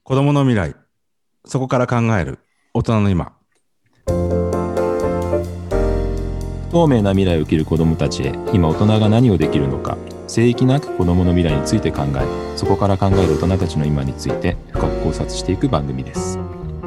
子供の未来、そこから考える大人の今。 不透明な未来を生きる子供たちへ、今大人が何をできるのか。聖域なく子供の未来について考え、そこから考える大人たちの今について深く考察していく番組です。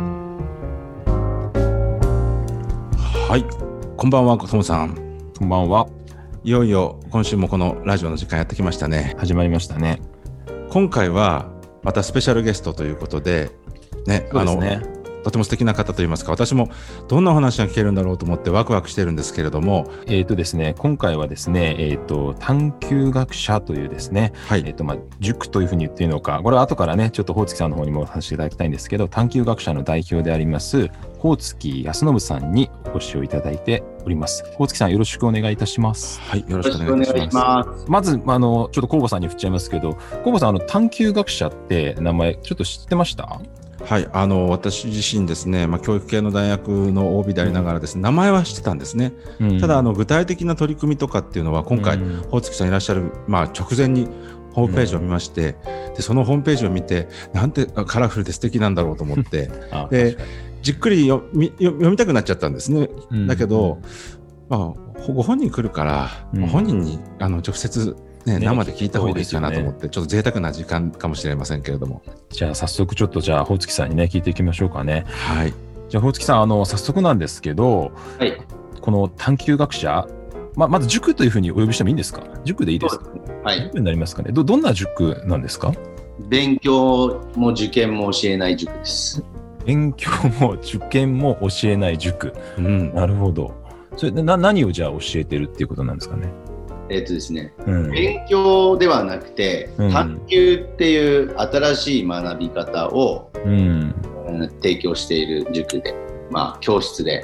はい、こんばんは、ともさん。 こんばんは。 いよいよ今週もこのラジオの時間やってきましたね。 始まりましたね。 今回はまたスペシャルゲストということで、ね、 そうですね。 とても素敵な方といいますか、私もどんなお話が聞けるんだろうと思ってワクワクしてるんですけれども、 ですね、今回はですね、探究学者というですね、 はい、 塾というふうに言っていいのか、これは後からね、ちょっと宝月さんの方にもお話しいただきたいんですけど、探究学者の代表であります宝月康信さんにお越しをいただいております。宝月さん、よろしくお願いいたします。 はい、よろしくお願いいたします。 まずちょっと酵母さんに振っちゃいますけど、酵母さん、探究学者って名前ちょっと知ってました？ はい、私自身ですね、教育系の大学の OB でありながらですね、名前は知ってたんですね。ただ具体的な取り組みとかっていうのは今回、宝月さんいらっしゃる、直前にホームページを見まして、でそのホームページを見てなんてカラフルで素敵なんだろうと思ってでじっくり読みたくなっちゃったんですね。だけど、ご本人来るから、本人に直接生で聞いた方がいいかなと思って、ちょっと贅沢な時間かもしれませんけれども。 じゃあ早速ちょっと宝月さんにね聞いていきましょうかね。 はい。 じゃあ宝月さん、早速なんですけど、 はい、 この探究学者、まず塾というふうにお呼びしてもいいんですか？塾でいいですか？ はい。 塾になりますかね。どんな塾なんですか？ 勉強も受験も教えない塾です。 勉強も受験も教えない塾。なるほど。それで何をじゃあ教えてるっていうことなんですかね。 ですね、勉強ではなくて、探究っていう新しい学び方を、提供している塾で、教室で。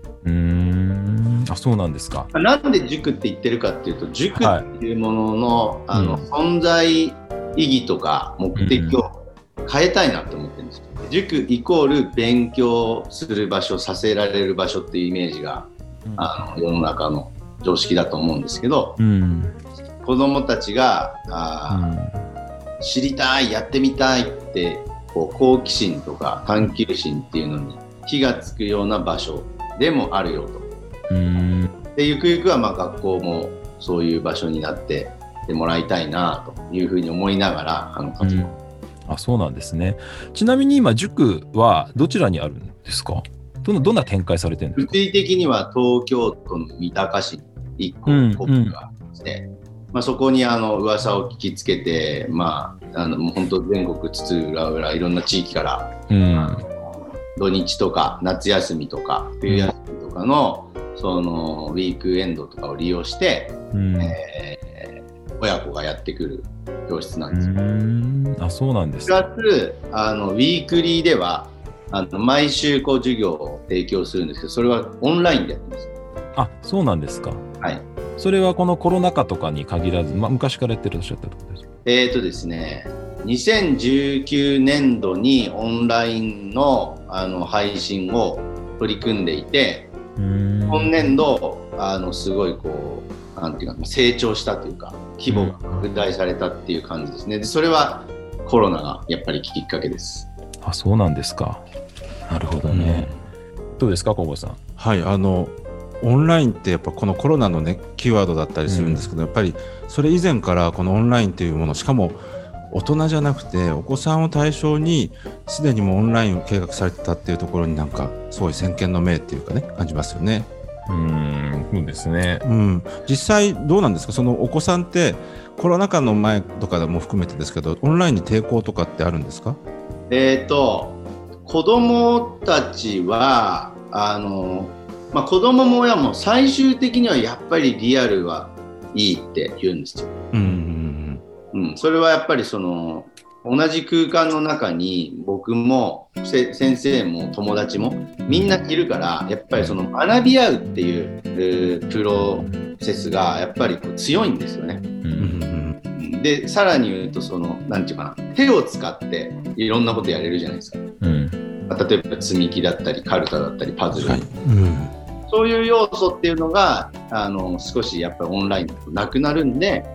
そうなんですか。 なんで塾って言ってるかっていうと、塾っていうものの、存在意義とか目的を変えたいなと思ってるんですよ。塾イコール勉強する場所、させられる場所っていうイメージが、世の中の常識だと思うんですけど、子どもたちが知りたい、やってみたいって好奇心とか探求心っていうのに火がつくような場所でもあるよと。でゆくゆくは学校もそういう場所になってもらいたいなというふうに思いながら活動。 そうなんですね。ちなみに今塾はどちらにあるんですか？どんな展開されてるんですか？ 物理的には東京都の三鷹市に1個コップがあって、そこに噂を聞きつけて、もう本当全国津々浦々いろんな地域から、土日とか夏休みとか冬休みとかのそのウィークエンドとかを利用して、親子がやってくる教室なんですよ。 そうなんですプラスウィークリーでは毎週授業を提供するんですけど、それはオンラインでやってます。 そうなんですか。 はい。 それはこのコロナ禍とかに限らず、昔からやってらっしゃったってことですか？ ですね、2019年度にオンラインの配信を取り組んでいて、今年度すごいなんていうか成長したというか規模が拡大されたっていう感じですね。でそれはコロナがやっぱりきっかけです。 そうなんですか。なるほどね。どうですか、小郷さん。 はい、オンラインってやっぱこのコロナのねキーワードだったりするんですけど、やっぱりそれ以前からこのオンラインというもの、しかも大人じゃなくてお子さんを対象にすでにもうオンラインを計画されてたっていうところになんかすごい先見の明っていうかね感じますよね。 そうですね。 実際どうなんですか？そのお子さんってコロナ禍の前とかでも含めてですけど、オンラインに抵抗とかってあるんですか？ 子供たちは子供も親も最終的にはやっぱりリアルはいいって言うんですよ。それはやっぱり同じ空間の中に僕も先生も友達もみんないるから、やっぱり学び合うっていうプロセスがやっぱり強いんですよね。でさらに言うとなんていうかな、手を使っていろんなことやれるじゃないですか。例えば積み木だったりカルタだったりパズル、そういう要素っていうのが少しやっぱりオンラインだとなくなるんで、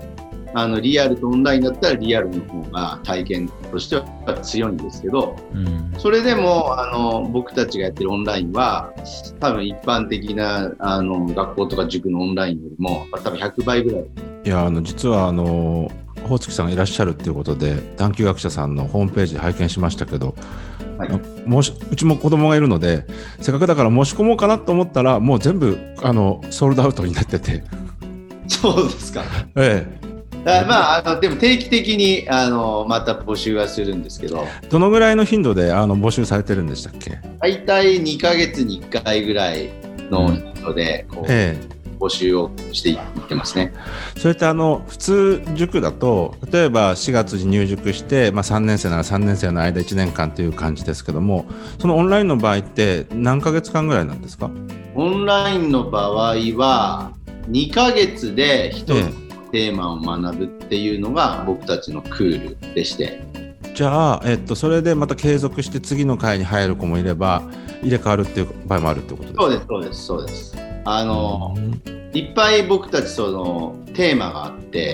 リアルとオンラインだったらリアルの方が体験としては強いんですけど、それでも僕たちがやってるオンラインは多分一般的な学校とか塾のオンラインよりも多分100倍ぐらい。 いや実は宝月さんがいらっしゃるっていうことで探究学者さんのホームページ拝見しましたけど、はい、うちも子供がいるのでせっかくだから申し込もうかなと思ったらもう全部ソールドアウトになってて。 そうですか。 ええ。 でも定期的にまた募集はするんですけど。 どのぐらいの頻度で募集されてるんでしたっけ？ 大体2ヶ月に1回ぐらいの頻度で募集をしていってますね。 それって普通塾だと例えば4月に入塾して、3年生なら3年生の間1年間という感じですけども、そのオンラインの場合って何ヶ月間ぐらいなんですか？ オンラインの場合は2ヶ月で1つテーマを学ぶっていうのが僕たちのクールでして。 じゃあ、それでまた継続して次の回に入る子もいれば入れ替わるっていう場合もあるってことですか？ そうです。いっぱい僕たちそのテーマがあって、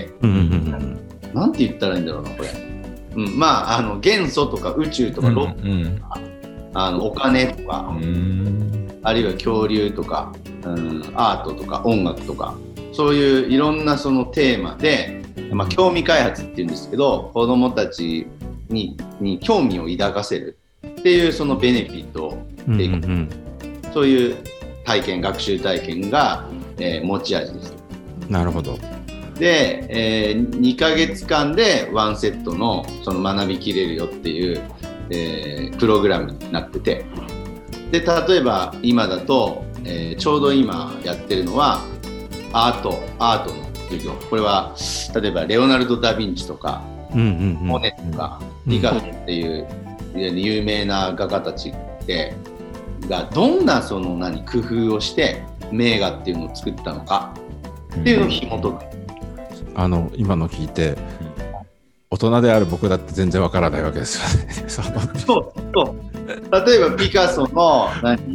なんて言ったらいいんだろうなこれ、元素とか宇宙とかロックとか、お金とか、あるいは恐竜とか、アートとか音楽とか、そういういろんなそのテーマで、興味開発っていうんですけど、子どもたちに興味を抱かせるっていうそのベネフィットを提供、そういう学習体験が、持ち味です。 なるほど。 で、2ヶ月間で1セットのその学びきれるよっていう、プログラムになってて、で例えば今だと、ちょうど今やってるのはアートの授業。これは例えばレオナルド・ダ・ヴィンチとか、モネとかピカソっていう有名な画家たちがどんなその工夫をして名画っていうのを作ったのかっていうのを紐解く。 今の聞いて大人である僕だって全然わからないわけですよね。 そう例えばピカソの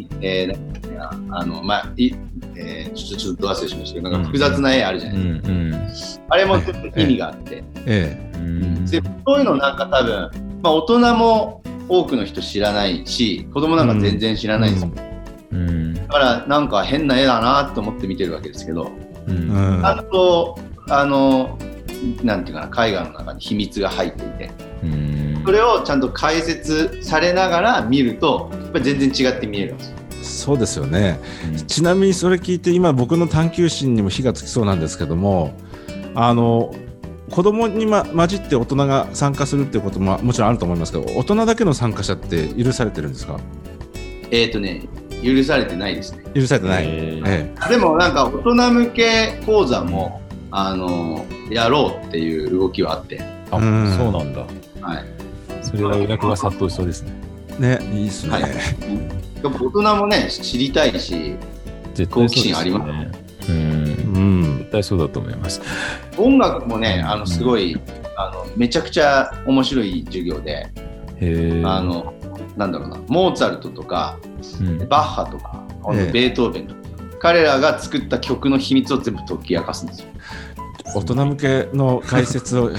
ちょっと忘れしましたけど、なんか複雑な絵あるじゃないですか。あれもちょっと意味があって、そういうのなんか多分、大人も多くの人知らないし、子供なんか全然知らないんですよ。だからなんか変な絵だなと思って見てるわけですけど、あとなんていうかな、絵画の中に秘密が入っていて、それをちゃんと解説されながら見るとやっぱり全然違って見えるんですよ。 そうですよね。ちなみにそれ聞いて今僕の探求心にも火がつきそうなんですけども、子供に混じって大人が参加するっていうことももちろんあると思いますけど、大人だけの参加者って許されてるんですか？ 許されてないですね。 許されてない、 でもなんか大人向け講座もやろうっていう動きはあって。 そうなんだ。はい。それは予約が殺到しそうですね。 ね、いいですね。 大人もね知りたいし、好奇心ありますね。 絶対そうだと思います。 音楽もねすごいめちゃくちゃ面白い授業で、なんだろうな、モーツァルトとか、バッハとか、ベートーベンとか、彼らが作った曲の秘密を全部解き明かすんですよ。 大人向けの解説をお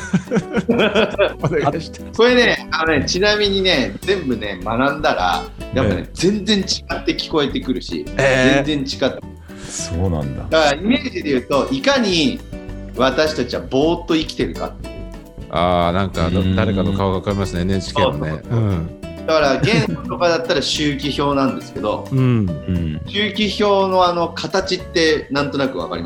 願いして。 これね、ちなみにね、全部ね学んだらやっぱね、全然違って聞こえてくるし、全然違って。 そうなんだ。 だからイメージで言うと、いかに私たちはぼーっと生きてるかっていう。 なんか誰かの顔が分かりますね、NHK のね。 だから元素とかだったら周期表なんですけど、周期表の形ってなんとなく分かります？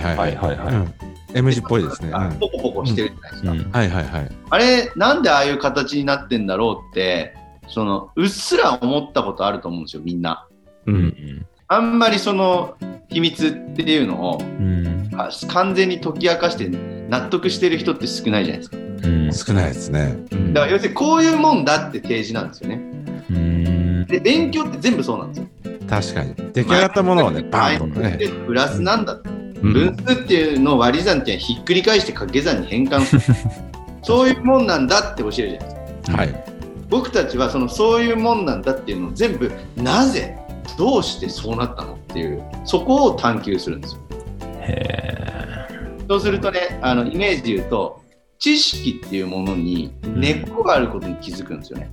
M 字っぽいですね。 ポコポコしてるじゃないですか。あれなんでああいう形になってんだろうって、うっすら思ったことあると思うんですよ、みんな。あんまりその秘密っていうのを、完全に解き明かして納得してる人って少ないじゃないですか。 少ないですね。 だから要するにこういうもんだって提示なんですよね。で勉強って全部そうなんですよ。 確かに出来上がったものをね、バーンとね、 プラスなんだ、分数っていうのを割り算っていうのはひっくり返して掛け算に変換するそういうもんなんだって教えるじゃないですか。僕たちはそういうもんなんだっていうのを全部なぜどうしてそうなったのっていう、そこを探求するんですよ。 そうするとね、イメージで言うと、知識っていうものに根っこがあることに気づくんですよね。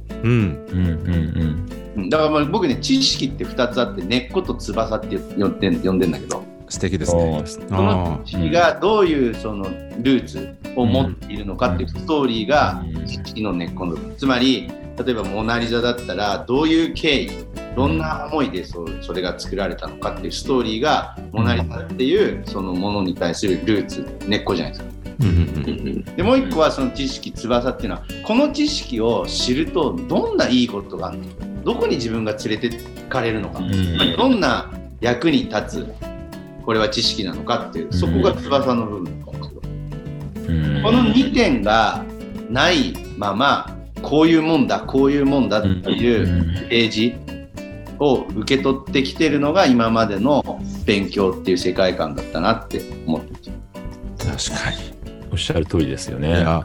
だから僕ね、知識って2つあって、根っこと翼って呼んでんだけど、 素敵ですね。 その知識がどういうそのルーツを持っているのかっていうストーリーが知識の根っこの部分。つまり、例えばモナリザだったら、どういう経緯、どんな思いでそれが作られたのかっていうストーリーが、モナリザっていうそのものに対するルーツ、根っこじゃないですか。でもう一個はその知識、翼っていうのは、この知識を知るとどんないいことがあるのか、どこに自分が連れてかれるのか、どんな役に立つこれは知識なのかっていう、そこが翼の部分なんですけど、この2点がないまま、こういうもんだっていうページを受け取ってきてるのが今までの勉強っていう世界観だったなって思ってます。 確かにおっしゃる通りですよね。 いや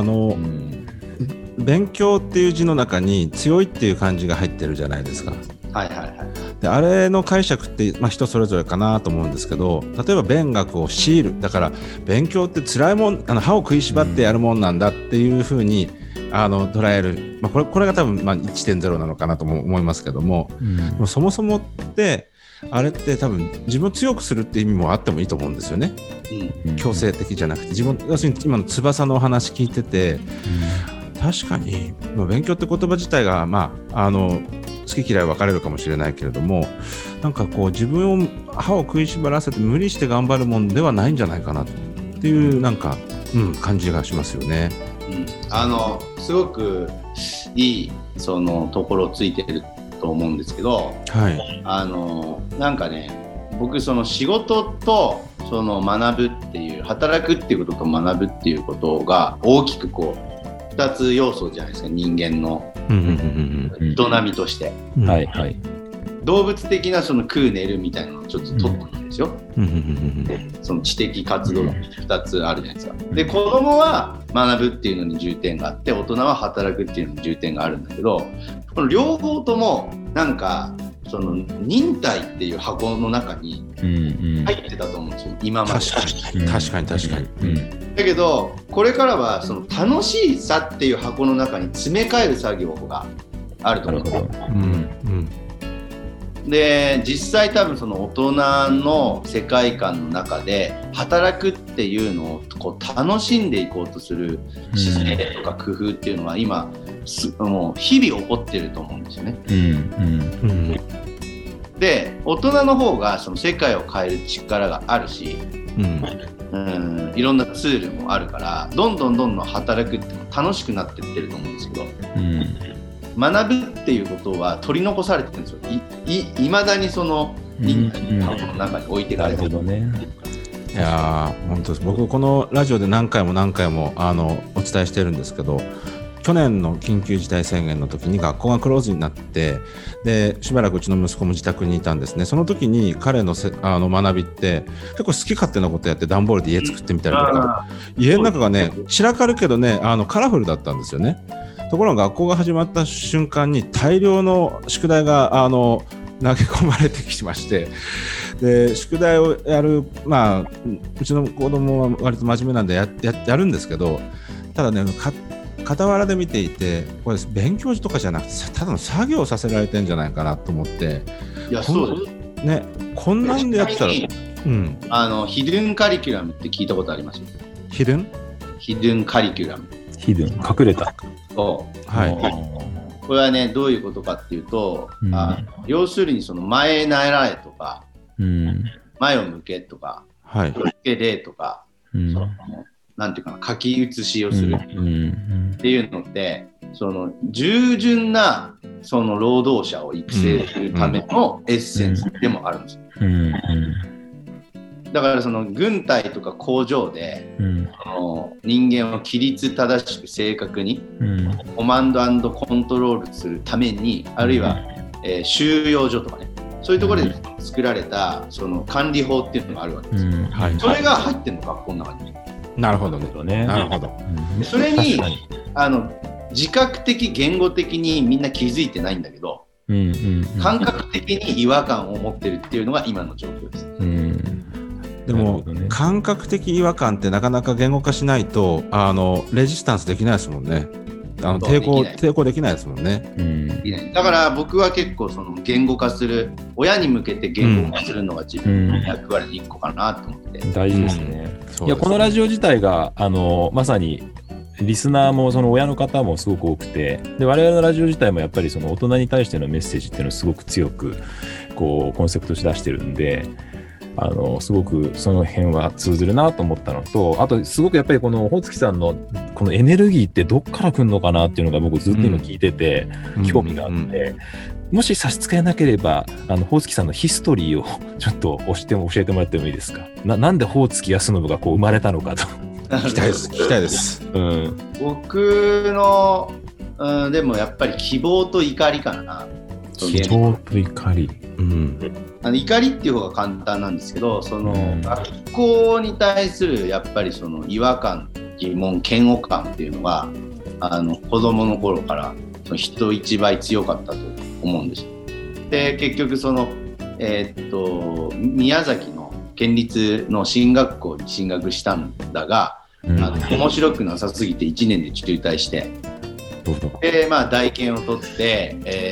勉強っていう字の中に強いっていう漢字が入ってるじゃないですか。であれの解釈って、人それぞれかなと思うんですけど、例えば勉学を強いる、だから勉強って辛いもん、歯を食いしばってやるもんなんだっていうふうに捉える、これが多分1.0 なのかなとも思いますけども、でもそもそもってあれって多分自分を強くするって意味もあってもいいと思うんですよね。強制的じゃなくて、要するに今の翼のお話聞いてて、確かに勉強って言葉自体が好き嫌い分かれるかもしれないけれども、なんかこう自分を歯を食いしばらせて無理して頑張るもんではないんじゃないかなっていう感じがしますよね。 すごくいいそのところをついてると思うんですけど、なんかね、僕その仕事とその学ぶっていう、働くっていうことと学ぶっていうことが大きくこう2つ要素じゃないですか、人間の営みとして。動物的なその食う寝るみたいなのをちょっと取ったんですよ。その知的活動が2つあるじゃないですか。で、子供は学ぶっていうのに重点があって、大人は働くっていうのに重点があるんだけど、この両方ともなんかその忍耐っていう箱の中に入ってたと思うんですよ、今まで。 確かに、 だけどこれからはその楽しさっていう箱の中に詰め替える作業があると思うんですよ。で、実際多分その大人の世界観の中で働くっていうのをこう楽しんでいこうとする姿勢とか工夫っていうのは今もう日々起こってると思うんですよね。で、大人の方がその世界を変える力があるし、いろんなツールもあるから、どんどん働くって楽しくなってってると思うんですけど、学ぶっていうことは取り残されてるんですよ。いまだにその人間の中に置いてかれてる。 いや本当です。僕このラジオで何回もお伝えしてるんですけど、去年の緊急事態宣言の時に学校がクローズになって、でしばらくうちの息子も自宅にいたんですね。その時に彼の学びって結構好き勝手なことやって、段ボールで家作ってみたりとか、家の中がね散らかるけどねカラフルだったんですよね。ところが学校が始まった瞬間に大量の宿題が投げ込まれてきまして、で宿題をやる、うちの子供は割と真面目なんで やるんですけど、ただね傍らで見ていて、これ勉強とかじゃなくてただの作業させられてるんじゃないかなと思って。 いや、そうですね、こんなんでやってたら、ヒドゥンカリキュラムって聞いたことありますよ。 ヒドゥンカリキュラム。 ヒドゥン、隠れた。 これはね、どういうことかっていうと、要するにその前へならえとか、前を向けとか、向けれとか、なんていうかな、書き写しをするっていうのって、その従順なその労働者を育成するためのエッセンスでもあるんですよ。だからその軍隊とか工場で、人間を規律正しく正確に、コマンド&コントロールするために、あるいは、収容所とかね、そういうところで作られたその管理法っていうのがあるわけですよ。それが入ってるの、学校の中に。 なるほどね。なるほど。 それに自覚的言語的にみんな気づいてないんだけど、感覚的に違和感を持ってるっていうのが今の状況です。 でも、ね、感覚的違和感ってなかなか言語化しないとレジスタンスできないですもんね。抵抗できないですもんね。 だから僕は結構その言語化する、親に向けて言語化するのが自分の役割の一個かなと思って、 大事ですね。いやこのラジオ自体がまさにリスナーもその親の方もすごく多くて、で我々のラジオ自体もやっぱりその大人に対してのメッセージっていうのをすごく強くこうコンセプトして出してるんで、すごくその辺は通ずるなと思ったのと、あとすごくやっぱりこの大月さんのこのエネルギーってどっから来るのかなっていうのが僕ずっと今聞いてて興味があって、もし差し支えなければ大月さんのヒストリーをちょっと教えてもらってもいいですか。なんで大月康信がこう生まれたのかと。 聞きたいです。 僕の、でもやっぱり希望と怒りかな。 希望と怒り。 怒りっていう方が簡単なんですけど、その学校に対するやっぱりその違和感、疑問、嫌悪感っていうのが子供の頃からその人一倍強かったと思うんです。で結局その宮崎の県立の進学校に進学したんだが、面白くなさすぎて1年で中退して、で大研を取って、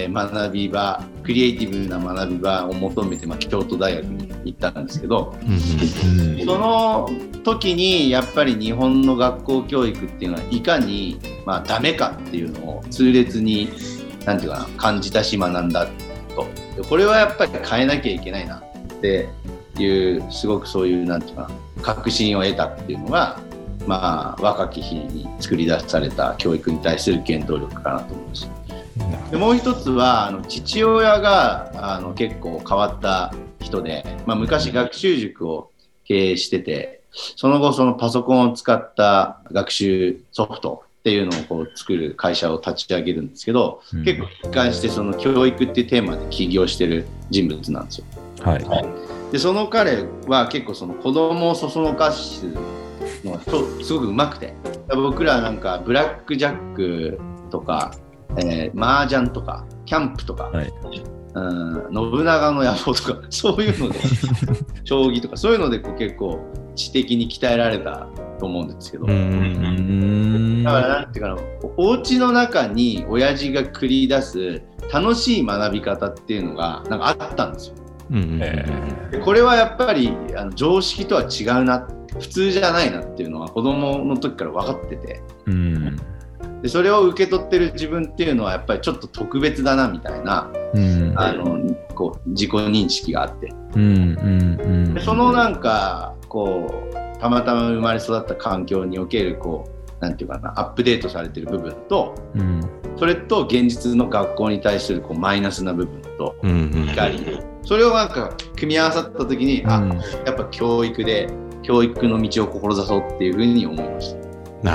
学び場、クリエイティブな学び場を求めて、京都大学に行ったんですけど、その時にやっぱり日本の学校教育っていうのはいかにダメかっていうのを痛烈になんていうかな感じたし学んだと。これはやっぱり変えなきゃいけないなっていうすごくそういうなんていうかな確信を得たっていうのが若き日に作り出された教育に対する原動力かなと思います。でもう一つは父親が結構変わった人で、昔学習塾を経営してて、その後そのパソコンを使った学習ソフトっていうのをこう作る会社を立ち上げるんですけど、結構一貫してその教育っていうテーマで起業してる人物なんですよ。でその彼は結構その子供をそそのかすのすごくうまくて、僕らなんかブラックジャックとか、麻雀とかキャンプとか、信長の野望とかそういうので将棋とかそういうのでこう結構知的に鍛えられたと思うんですけど、だからなんていうかな、お家の中に親父が繰り出す楽しい学び方っていうのがなんかあったんですよ。これはやっぱり常識とは違うな、普通じゃないなっていうのは子供の時から分かってて、でそれを受け取ってる自分っていうのはやっぱりちょっと特別だなみたいな、こう自己認識があって、でそのなんかこうたまたま生まれ育った環境におけるこうなんていうかなアップデートされてる部分と、それと現実の学校に対するこうマイナスな部分と怒り、それをなんか組み合わさった時に、やっぱ教育の道を志そうっていうふうに思いました。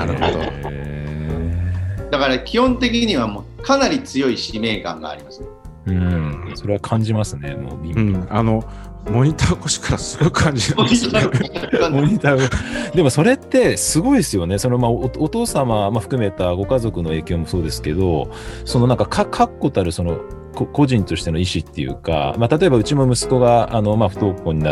なるほど。 だから基本的にはもうかなり強い使命感がありますね。 それは感じますね。もうモニター越しからすごく感じますね。 モニターでもそれってすごいですよね。そのお父様、含めたご家族の影響もそうですけど、そのなんか確固たるその個人としての意思っていうか、例えばうちも息子が不登校になって、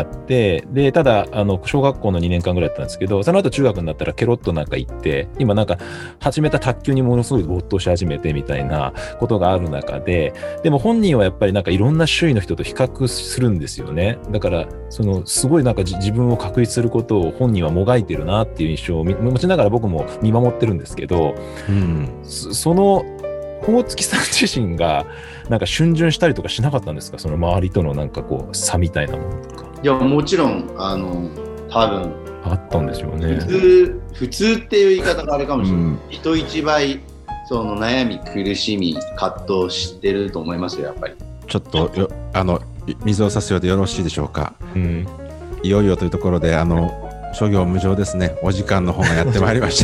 でただ小学校の2年間ぐらいだったんですけど、その後中学になったらケロッとなんか行って、今なんか始めた卓球にものすごい没頭し始めてみたいなことがある中で、でも本人はやっぱりなんかいろんな周囲の人と比較するんですよね。だからそのすごいなんか自分を確立することを本人はもがいてるなっていう印象を持ちながら僕も見守ってるんですけど、その大月さん自身がなんか逡巡したりとかしなかったんですか？その周りとのなんかこう差みたいなものとか。 いやもちろん多分あったんでしょうね。 普通っていう言い方があれかもしれない、人一倍その悩み苦しみ葛藤してると思いますよ。やっぱりちょっと水を差すようでよろしいでしょうか。いよいよというところで諸行無常ですね。お時間の方がやってまいりました。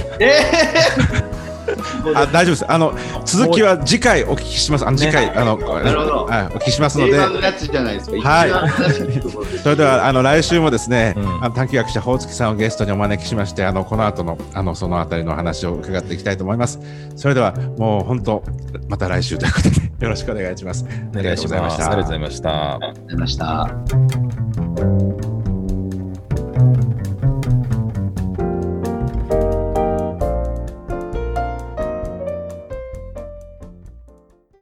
大丈夫です。続きは次回お聞きします。次回なるほど、 お聞きしますので。 定番のやつじゃないですか。 それでは来週もですね、短期学者大月さんをゲストにお招きしまして、この後のそのあたりの話を伺っていきたいと思います。それではもう本当また来週ということでよろしくお願いします。 お願いします。ありがとうございました。 ありがとうございました。